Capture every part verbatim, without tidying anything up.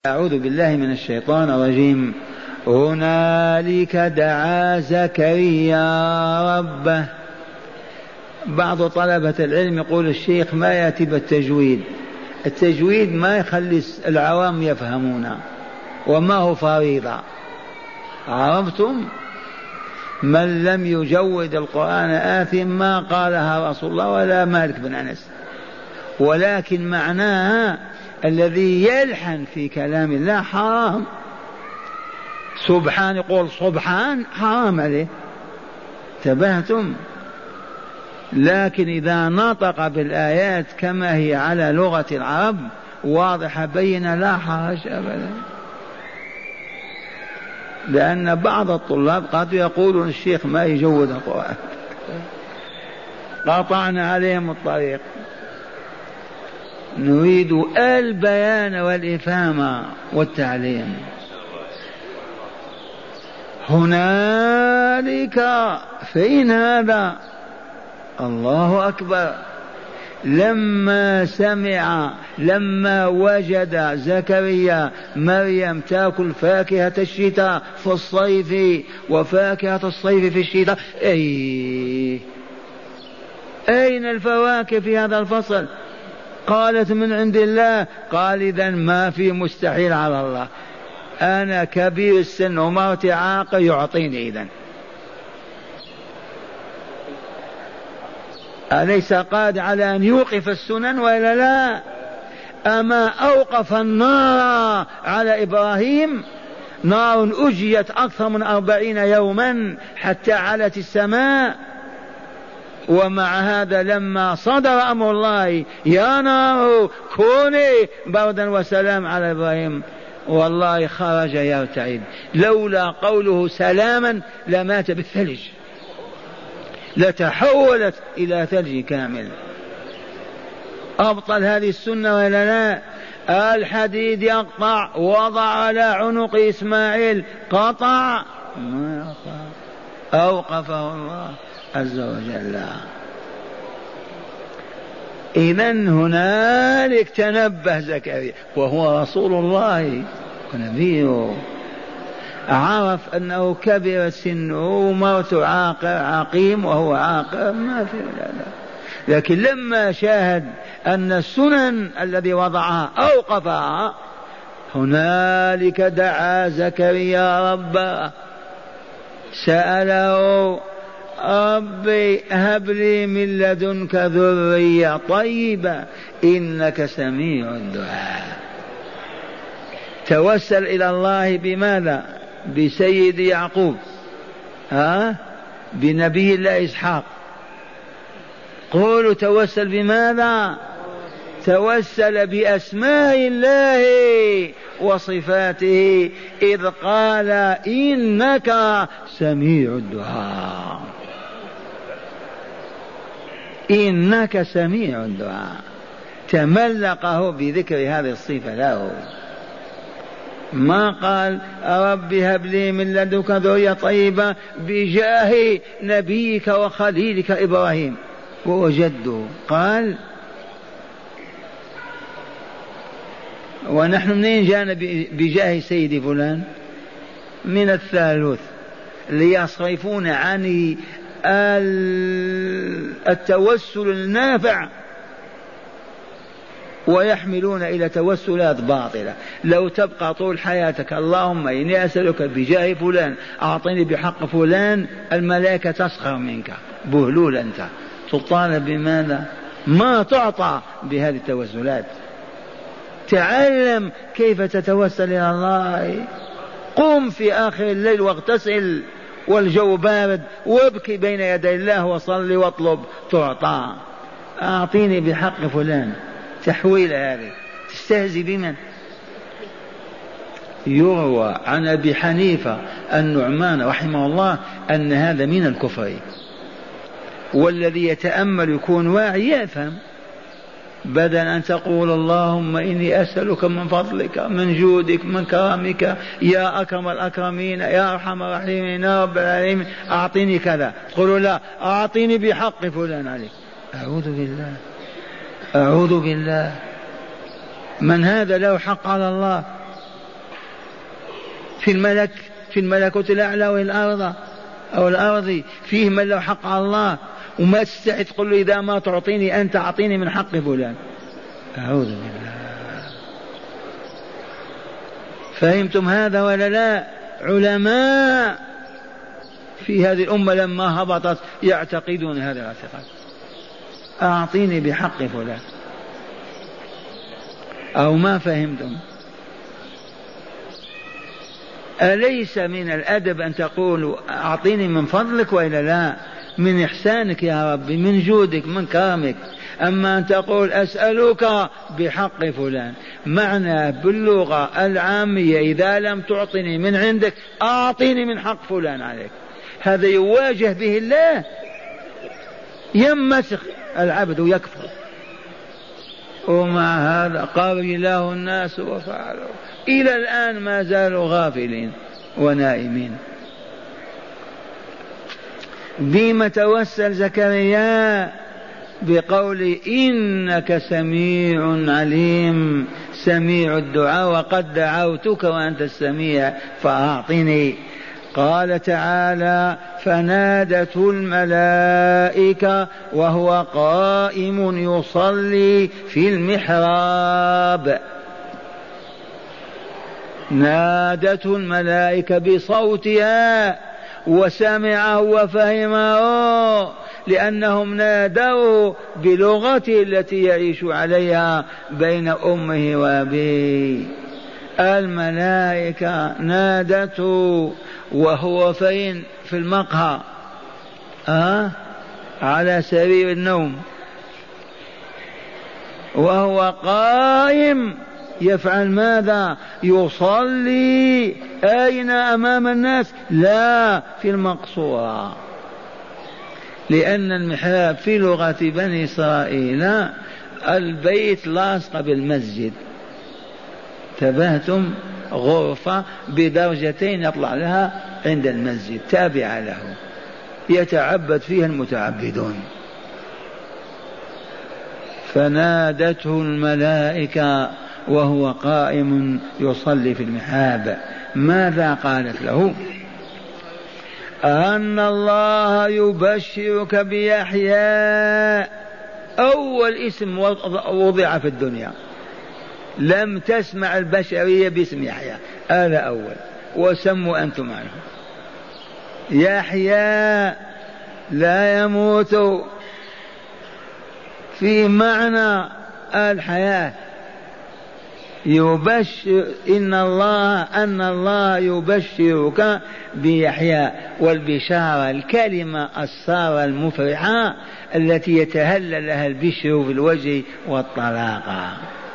أعوذ بالله من الشيطان الرجيم. هنالك دعا زكريا ربه. بعض طلبة العلم يقول الشيخ ما يأتي بالتجويد، التجويد ما يخلي العوام يفهمون وما هو فريضة. عرفتم؟ من لم يجود القرآن آثم، ما قالها رسول الله ولا مالك بن أنس، ولكن معناها الذي يلحن في كلام الله حرام. سبحان يقول سبحان حرام عليه، انتبهتم؟ لكن إذا نطق بالآيات كما هي على لغة العرب واضحة بينة لا حرج أبدا. لأن بعض الطلاب قد يقولون الشيخ ما يجود القرآن، قطعنا عليهم الطريق. نريد البيان والإفهام والتعليم. هنالك فين هذا؟ الله أكبر. لما سمع لما وجد زكريا مريم تأكل فاكهة الشتاء في الصيف وفاكهة الصيف في الشتاء، أي أين الفواكه في هذا الفصل؟ قالت من عند الله. قال إذن ما في مستحيل على الله، أنا كبير السن ومرتي عاقل يعطيني. إذن أليس قادر على أن يوقف السنن ولا لا؟ أما أوقف النار على إبراهيم، نار أجيت أكثر من أربعين يوما حتى علت السماء. ومع هذا لما صدر أمر الله يا نار كوني بردا وسلام على إبراهيم، والله خرج يرتعد. لولا قوله سلاما لمات بالثلج، لتحولت إلى ثلج كامل. أبطل هذه السنة ولا لا؟ الحديد يقطع، وضع على عنق إسماعيل قطع ما يقطع، أوقفه الله عز وجل. إذن هنالك تنبه زكريا وهو رسول الله ونبيه، عرف أنه كبر سنه ومرته عاقر عقيم وهو عاقر، ما في لا لا. لكن لما شاهد أن السنن الذي وضعها أوقفها، هنالك دعا زكريا ربه، سأله ربي هب لي من لدنك ذرية طيبة إنك سميع الدعاء. توسل إلى الله بماذا؟ بسيد يعقوب، ها؟ بنبي الله إسحاق. قولوا توسل بماذا؟ توسل بأسماء الله وصفاته، إذ قال إنك سميع الدعاء، إنك سميع الدعاء. تملقه بذكر هذه الصفة له. ما قال رب هب لي من لدنك ذرية طيبة بجاه نبيك وخليلك إبراهيم وهو جده. قال ونحن منين جانا بجاه سيدي فلان؟ من الثالوث، ليصرفون عن التوسل النافع ويحملون إلى توسلات باطلة. لو تبقى طول حياتك اللهم إني أسألك بجاه فلان أعطني بحق فلان، الملائكة تسخر منك، بهلول أنت. تطالب بماذا؟ ما تعطى بهذه التوسلات. تعلم كيف تتوسل إلى الله. قم في آخر الليل واغتسل والجو بارد وابكي بين يدي الله وصلي واطلب تعطى. أعطيني بحق فلان، تحويل هذه تستهزي بمن؟ يروى عن أبي حنيفة النعمان رحمه الله أن هذا من الكفر، والذي يتأمل يكون واعي يفهم. بدل أن تقول اللهم إني أسألك من فضلك من جودك من كرمك يا أكرم الأكرمين يا أرحم الراحمين يا رب العالمين أعطيني كذا، تقول لا أعطيني بحق فلان عليك. أعوذ بالله أعوذ بالله. من هذا له حق على الله؟ في الملك في الملكوت الأعلى والأرض أو الأرض فيه من له حق على الله، وما تستحي تقول له إذا ما تعطيني أنت أعطيني من حق فلان. أعوذ بالله. فهمتم هذا ولا لا؟ علماء في هذه الأمة لما هبطت يعتقدون هذا الاعتقاد، أعطيني بحق فلان. أو ما فهمتم؟ أليس من الأدب أن تقول أعطيني من فضلك وإلا لا؟ من إحسانك يا ربي، من جودك، من كرمك. أما أن تقول أسألك بحق فلان، معنى باللغة العامية إذا لم تعطني من عندك أعطيني من حق فلان عليك. هذا يواجه به الله، يمسخ العبد ويكفر. ومع هذا قال له الناس وفعلوا، إلى الآن ما زالوا غافلين ونائمين. بما توسل زكريا؟ بقول إنك سميع عليم، سميع الدعاء، وقد دعوتك وأنت السميع فأعطني. قال تعالى فنادته الملائكة وهو قائم يصلي في المحراب. نادته الملائكة بصوتها وسمعه وفهمه، لأنهم نادوا بلغته التي يعيش عليها بين أمه وأبيه. الملائكة نادته وهو فين؟ في المقهى، أه؟ على سرير النوم، وهو قائم يفعل ماذا؟ يصلي. أين؟ أمام الناس؟ لا، في المقصورة. لأن المحراب في لغة بني إسرائيل البيت لاصق بالمسجد، تبهتم؟ غرفة بدرجتين يطلع لها عند المسجد تابعة له، يتعبد فيها المتعبدون. فنادته الملائكة وهو قائم يصلي في المحراب. ماذا قالت له؟ أن الله يبشرك بيحيى. أول اسم وضع في الدنيا، لم تسمع البشرية باسم يحيى، هذا أول، وسموا أنتم عنه. يحيى لا يموت، في معنى الحياة. يبشر إن الله أن الله يبشرك بيحيى، والبشارة الكلمة السارة المفرحة التي يتهلل لها البشر في الوجه والطلاقة.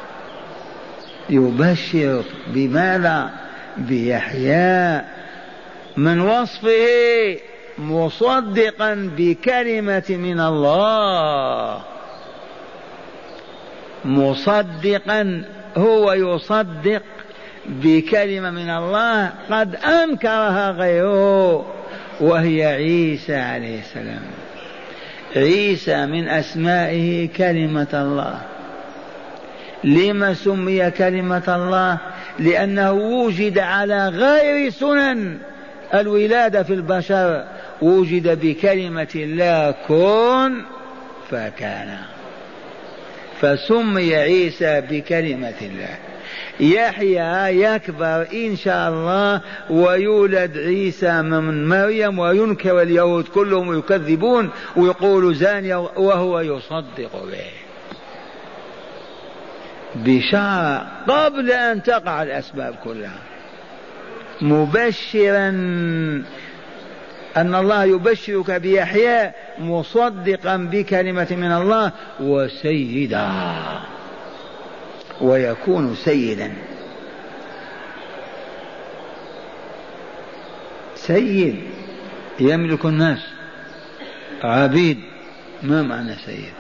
يبشر بماذا؟ بيحيى. من وصفه مصدقا بكلمة من الله، مصدقا، هو يصدق بكلمة من الله قد أنكرها غيره، وهي عيسى عليه السلام. عيسى من أسمائه كلمة الله. لما سمي كلمة الله؟ لأنه وجد على غير سنن الولادة في البشر، وجد بكلمة الله كن فكان، فسمي عيسى بكلمة الله. يحيى يكبر إن شاء الله ويولد عيسى من مريم، وينكر اليهود كلهم يكذبون ويقولوا زانية، وهو يصدق به. بشارة قبل أن تقع الأسباب كلها، مبشرا أن الله يبشرك بيحيى مصدقا بكلمة من الله، وسيدا، ويكون سيدا. سيد يملك الناس، عبيد. ما معنى سيد؟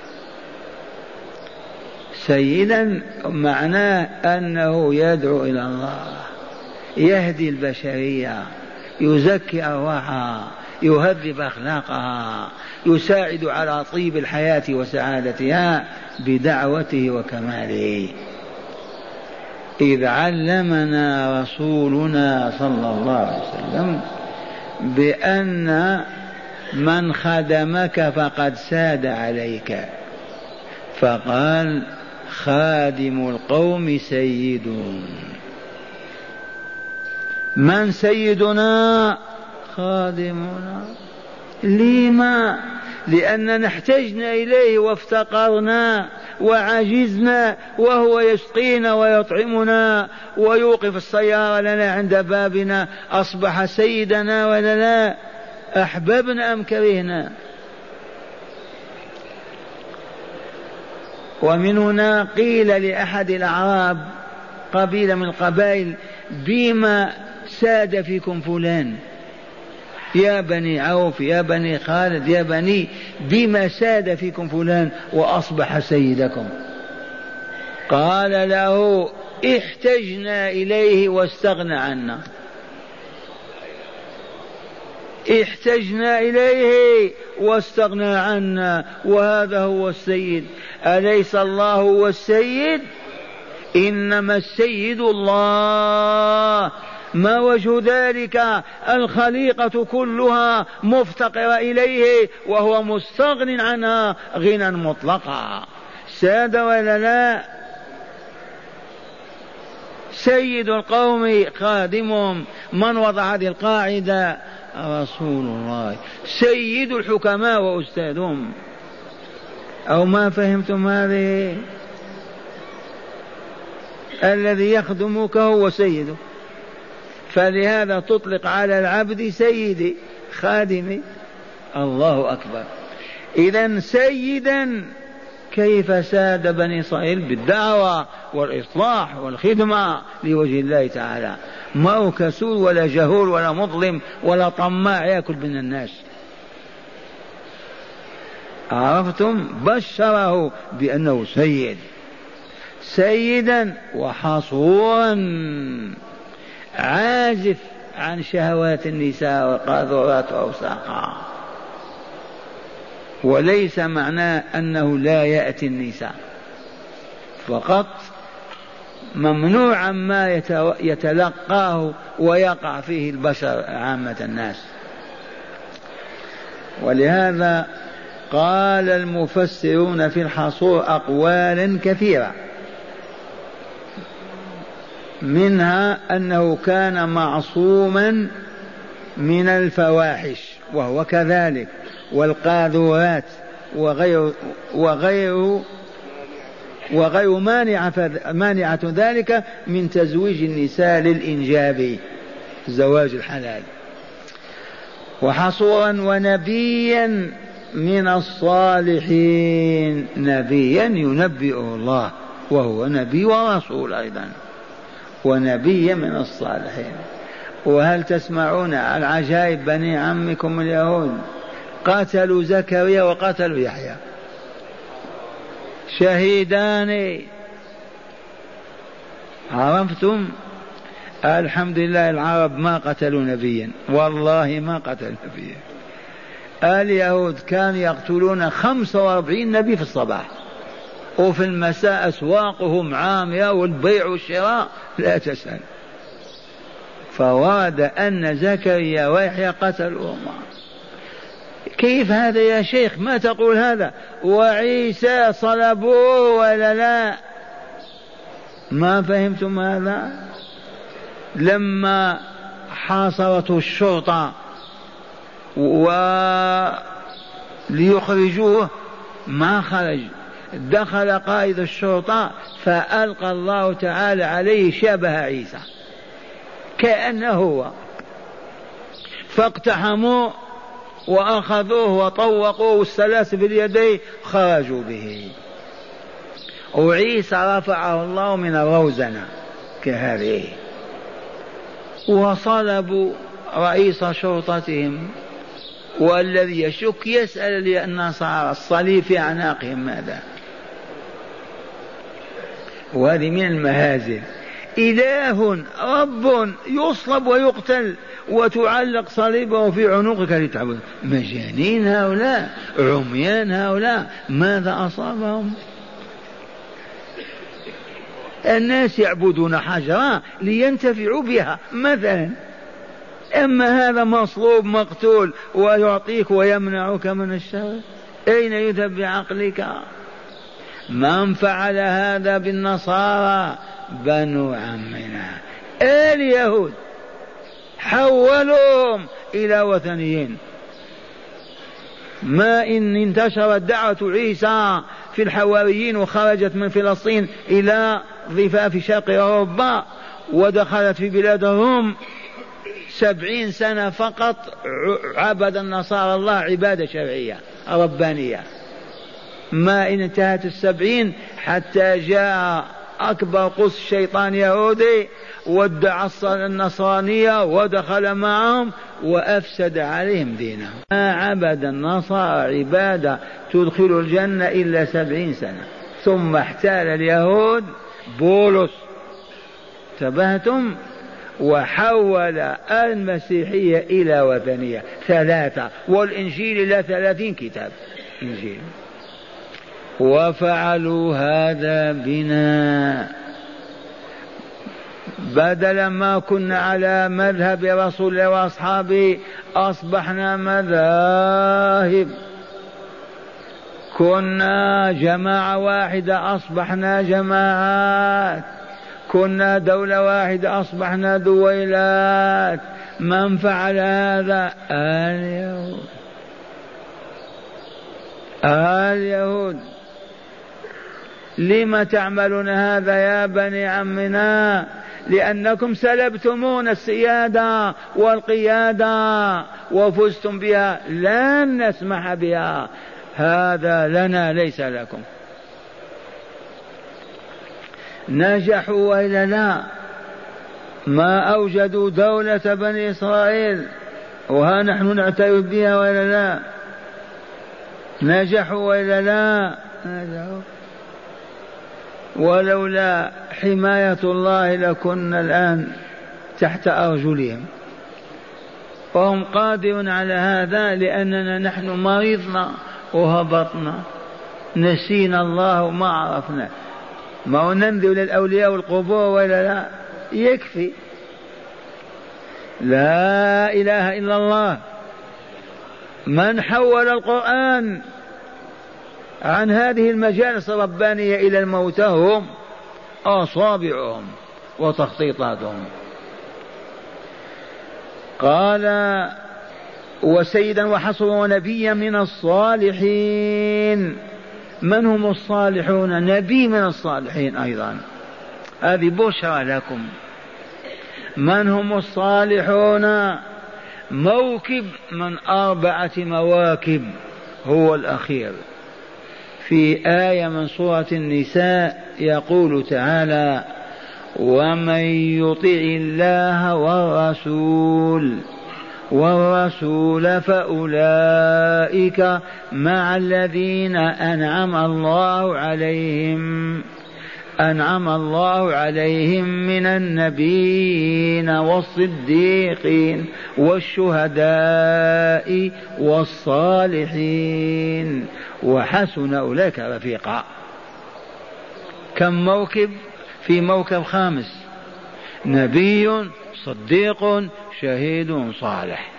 سيدا معناه أنه يدعو إلى الله، يهدي البشرية، يزكي أرواحها، يهذب أخلاقها، يساعد على طيب الحياة وسعادتها بدعوته وكماله. إذ علمنا رسولنا صلى الله عليه وسلم بأن من خدمك فقد ساد عليك، فقال خادم القوم سيدهم. من سيدنا؟ خادمنا. لما؟ لأننا احتجنا إليه وافتقرنا وعجزنا، وهو يسقينا ويطعمنا ويوقف السيارة لنا عند بابنا، أصبح سيدنا ولا لا؟ أحببنا أم كرهنا؟ ومن هنا قيل لأحد الأعراب، قبيلة من القبائل: بما ساد فيكم فلان؟ يا بني عوف، يا بني خالد، يا بني، بما ساد فيكم فلان وأصبح سيدكم؟ قال له: احتجنا إليه واستغنى عنا. احتجنا إليه واستغنى عنا، وهذا هو السيد. أليس الله هو السيد؟ إنما السيد الله. ما وجه ذلك؟ الخليقة كلها مفتقرة إليه وهو مستغن عنها غنى مطلقا. ساد ولا لا؟ سيد القوم خادمهم. من وضع هذه القاعدة؟ رسول الله. سيد الحكماء وأستاذهم. أو ما فهمتم هذه؟ الذي يخدمك هو سيده، فلهذا تطلق على العبد سيدي، خادمي. الله أكبر. إذن سيدا كيف ساد بني إسرائيل؟ بالدعوة والإصلاح والخدمة لوجه الله تعالى، ما هو كسول ولا جهول ولا مظلم ولا طماع يأكل من الناس. عرفتم؟ بشره بأنه سيد، سيدا وحصورا، عازف عن شهوات النساء والقاذورات وأوساقها. وليس معناه أنه لا يأتي النساء، فقط ممنوعا ما يتلقاه ويقع فيه البشر عامة الناس. ولهذا قال المفسرون في الحصور أقوالا كثيرة، منها أنه كان معصوما من الفواحش وهو كذلك، والقاذورات وغير وغير وغير مانعة مانعة ذلك من تزويج النساء للإنجاب، زواج الحلال. وحصورا ونبيا من الصالحين، نبيا ينبئه الله وهو نبي ورسول أيضا، ونبيا من الصالحين. وهل تسمعون عن عجائب بني عمكم اليهود؟ قتلوا زكريا وقتلوا يحيى، شهيدان. عرفتم؟ الحمد لله العرب ما قتلوا نبيا، والله ما قتلوا نبيا. اليهود كانوا يقتلون خمسة وأربعين نبي في الصباح، وفي المساء أسواقهم عامية والبيع والشراء لا تسأل. فورد أن زكريا ويحيى قتلوهما. كيف هذا يا شيخ؟ ما تقول هذا؟ وعيسى صلبوه ولا لا؟ ما فهمتم هذا؟ لما حاصرته الشرطة وليخرجوه ما خرج، دخل قائد الشرطة فألقى الله تعالى عليه شبه عيسى كأنه هو، فاقتحموا وأخذوه وطوقوه السلاسل باليدين، خرجوا به. وعيسى رفعه الله من الروزنة كهذه. وصلبوا رئيس شرطتهم، والذي يشك يسأل النصارى الصليب في أعناقهم ماذا؟ وهذه من المهازل. إله رب يصلب ويقتل وتعلق صليبه في عنقك لتعبد. مجانين هؤلاء، عميان هؤلاء، ماذا أصابهم؟ الناس يعبدون حجرا لينتفعوا بها مثلا، أما هذا مصلوب مقتول ويعطيك ويمنعك من الشر، أين يذهب بعقلك؟ من فعل هذا بالنصارى بنو عمنا اليهود، حولوهم إلى وثنيين. ما إن انتشرت دعوة عيسى في الحواريين وخرجت من فلسطين إلى ضفاف شرق أوروبا ودخلت في بلاد الروم، سبعين سنة فقط عبد النصارى الله عبادة شرعية ربانية. ما إن انتهت السبعين حتى جاء أكبر قص الشيطان يهودي وادعى النصرانية ودخل معهم وأفسد عليهم دينهم. ما عبد النصارى عبادة تدخل الجنة إلا سبعين سنة، ثم احتال اليهود بولس، انتبهتم، وحول المسيحية إلى وثنية ثلاثة، والإنجيل إلى ثلاثين كتاب إنجيل. وفعلوا هذا بنا، بدلا ما كنا على مذهب رسول الله وأصحابه أصبحنا مذاهب، كنا جماعة واحدة أصبحنا جماعات، كنا دولة واحدة أصبحنا دويلات. من فعل هذا؟ اليهود. اليهود. لم تعملون هذا يا بني عمنا؟ لأنكم سلبتمون السيادة والقيادة وفزتم بها، لن نسمح بها، هذا لنا ليس لكم. نجحوا وإلا لا؟ ما أوجدوا دولة بني إسرائيل وها نحن نعترف بها وإلا لا؟ نجحوا وإلا لا؟ نجحوا. ولولا حماية الله لكنا الآن تحت أرجلهم، وهم قادرون على هذا لأننا نحن مرضنا وهبطنا، نسينا الله وما عرفنا. ما ننذر للأولياء والقبور ولا لا؟ يكفي. لا إله إلا الله. من حول القرآن عن هذه المجالس الربانية إلى الموتى هم أصابعهم وتخطيطاتهم. قال وسيدا وحصرا ونبيا من الصالحين. من هم الصالحون؟ نبي من الصالحين أيضا، هذه بشرى لكم. من هم الصالحون؟ موكب من أربعة مواكب هو الأخير. في آية من سورة النساء يقول تعالى ومن يطع الله والرسول والرسول فأولئك مع الذين أنعم الله عليهم أنعم الله عليهم من النبيين والصديقين والشهداء والصالحين وحسن أولئك رفيقا. كم موكب؟ في موكب خامس، نبي صديق شهيد صالح.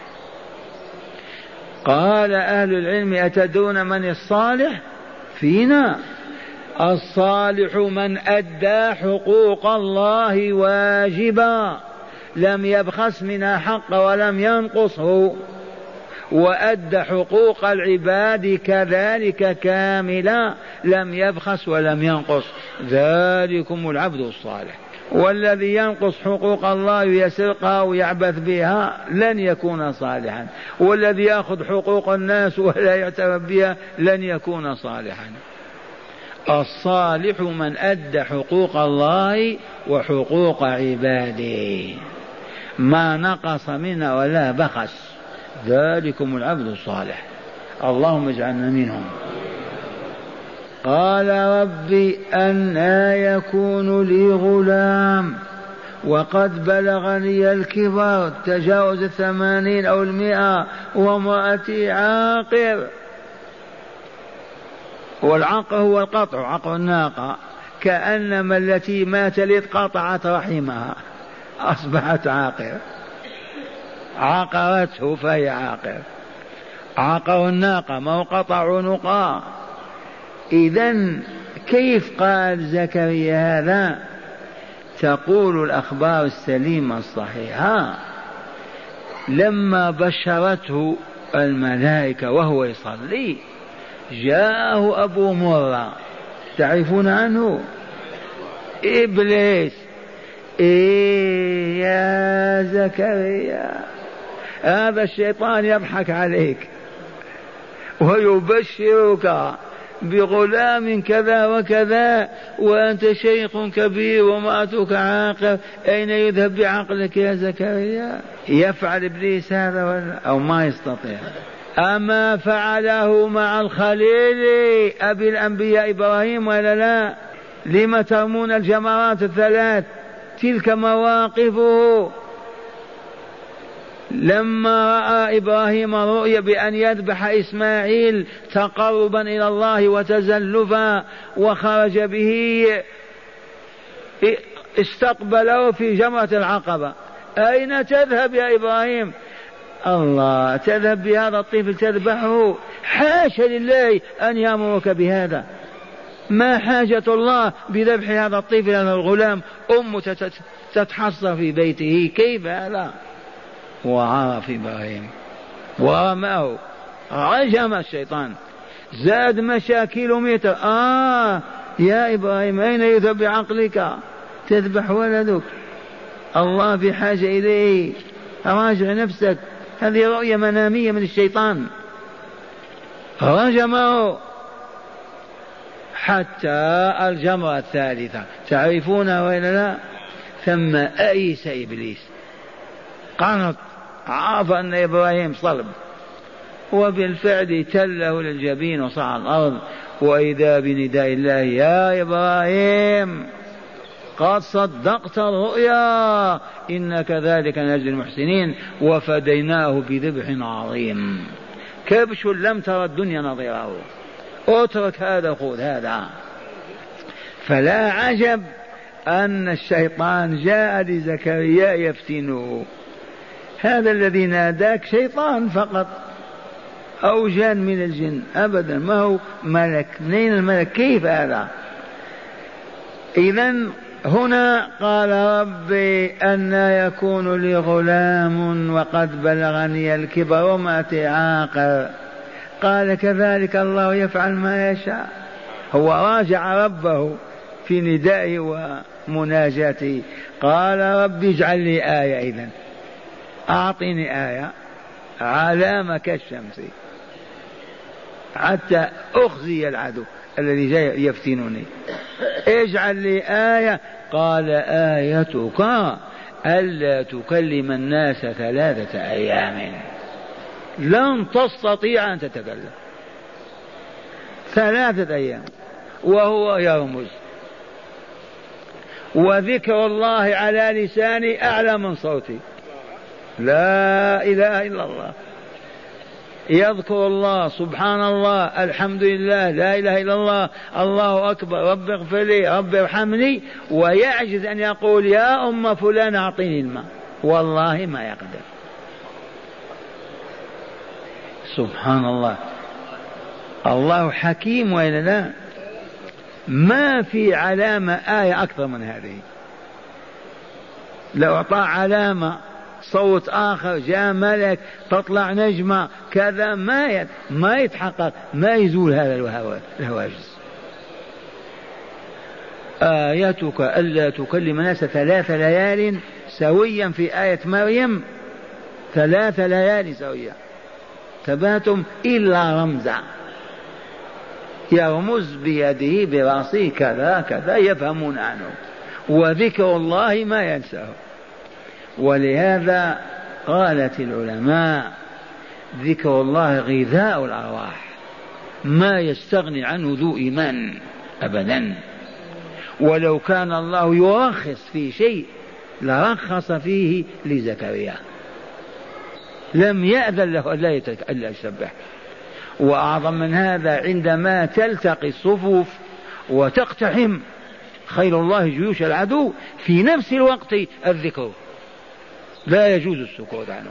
قال أهل العلم أتدون من الصالح فينا؟ الصالح من أدى حقوق الله واجبا، لم يبخس منها حق ولم ينقصه، وأدى حقوق العباد كذلك كاملا، لم يبخس ولم ينقص، ذلكم العبد الصالح. والذي ينقص حقوق الله ويسرقها ويعبث بها لن يكون صالحا، والذي يأخذ حقوق الناس ولا يعترف بها لن يكون صالحا. الصالح من أدى حقوق الله وحقوق عباده، ما نقص منها ولا بخس، ذلكم العبد الصالح. اللهم اجعلنا منهم. قال رب أنى يكون لي غلام وقد بلغني الكبر، تجاوز الثمانين أو المئة، وامرأتي عاقر. والعقر هو القطع، عقر الناقة. كأنما التي ما تلد قطعت رحمها أصبحت عاقر، عقرته فهي عاقر. عقروا الناقة ما قطع عنقها. إذن كيف قال زكريا هذا؟ تقول الأخبار السليمة الصحيحة لما بشرته الملائكة وهو يصلي جاءه أبو مرة، تعرفون عنه؟ إبليس. إيه يا زكريا، هذا الشيطان يضحك عليك ويبشرك بغلام كذا وكذا وأنت شيخ كبير وامرأتك عاقر، أين يذهب بعقلك يا زكريا؟ يفعل إبليس هذا ولا أو ما يستطيع؟ أما فعله مع الخليل أبي الأنبياء إبراهيم ولا لا؟ لم ترمون الجمرات الثلاث؟ تلك مواقفه. لما رأى إبراهيم رؤيا بأن يذبح إسماعيل تقربا إلى الله وتزلفا وخرج به استقبله في جمرة العقبة. أين تذهب يا إبراهيم؟ الله، تذهب بهذا الطفل تذبحه؟ حاشا لله أن يأمرك بهذا. ما حاجة الله بذبح هذا الطفل هذا الغلام؟ أمه تتحصر في بيته، كيف هذا؟ وعرف إبراهيم ورماه، رجم الشيطان، زاد مشى كيلومتر. آه يا إبراهيم أين يذهب بعقلك؟ تذبح ولدك، الله بحاجة إليه، راجع نفسك، هذه رؤية منامية من الشيطان. رجمه حتى الجمرة الثالثة، تعرفونها وإلا لا؟ ثم أيس إبليس، قنط، عرف أن إبراهيم صلب، وبالفعل تله للجبين وصعد الأرض، وإذا بنداء الله يا إبراهيم قد صدقت الرؤيا إن كذلك نجزي المحسنين وفديناه بذبح عظيم كبش لم ترى الدنيا نظيره. اترك هذا خذ هذا. فلا عجب أن الشيطان جاء لزكريا يفتنه. هذا الذي ناداك شيطان فقط أو جان من الجن، أبدا ما هو ملك. منين الملك؟ كيف هذا؟ إذن هنا قال ربي أنى يكون لي غلام وقد بلغني الكبر وامرأتي عاقر. قال كذلك الله يفعل ما يشاء. هو راجع ربه في ندائه ومناجاته، قال ربي اجعل لي آية، إذن أعطني آية علامة كالشمس حتى أخزي العدو الذي جاي يفتنني. اجعل لي آية. قال آيتك ألا تكلم الناس ثلاثة أيام، لن تستطيع أن تتكلم ثلاثة أيام. وهو يرمز، وذكر الله على لساني أعلى من صوتي، لا إله إلا الله. يذكر الله سبحان الله الحمد لله لا إله إلا الله الله أكبر رب اغفر لي رب ارحمني، ويعجز أن يقول يا أم فلان أعطيني الماء، والله ما يقدر. سبحان الله. الله حكيم وإلا لا؟ ما في علامة آية أكثر من هذه. لو أعطى علامة صوت آخر جاء ملك تطلع نجمة كذا ما ما يتحقق، ما يزول هذا الهواجس. آيتك ألا تكلم الناس ثلاث ليال سويا في آية مريم، ثلاث ليال سويا تباتم إلا رمزا، يرمز بيده برأسه كذا كذا يفهمون عنه، وذكر الله ما ينساه. ولهذا قالت العلماء ذكر الله غذاء الأرواح، ما يستغني عنه ذو إيمان أبدا. ولو كان الله يرخص في شيء لرخص فيه لزكريا، لم يأذن له ألا يسبح. وأعظم من هذا عندما تلتقي الصفوف وتقتحم خيل الله جيوش العدو، في نفس الوقت الذكر، لا يجوز السكوت عنه.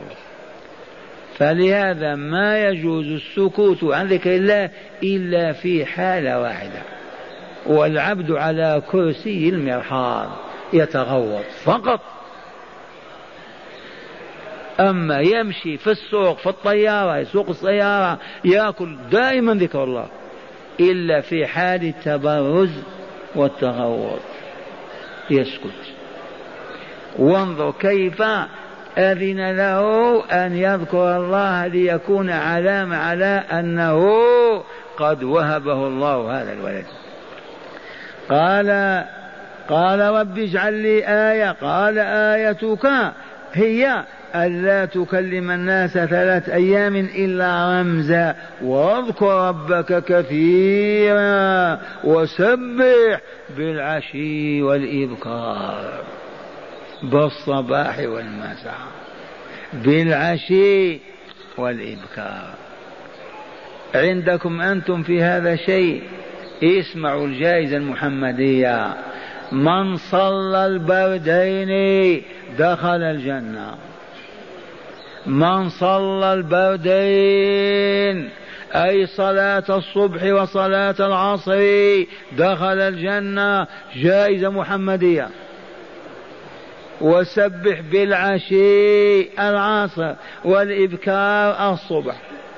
فلهذا ما يجوز السكوت عن ذكر الله إلا في حالة واحدة، والعبد على كرسي المرحاض يتغوط فقط. أما يمشي في السوق، في الطيارة، يسوق السيارة، يأكل، دائما ذكر الله، إلا في حال التبرز والتغوط يسكت. وانظر كيف أذن له أن يذكر الله ليكون علامة على أنه قد وهبه الله هذا الولد. قال قال رب اجعل لي آية. قال آيتك هي ألا تكلم الناس ثلاث أيام إلا رمزا، واذكر ربك كثيرا وسبح بالعشي والإبكار، بالصباح والمساء، بالعشي والإبكار. عندكم أنتم في هذا شيء؟ اسمعوا الجائزة المحمدية: من صلى البردين دخل الجنة. من صلى البردين أي صلاة الصبح وصلاة العصر دخل الجنة، جائزة محمدية. وسبح بالعشي العصر والإبكار الصبح.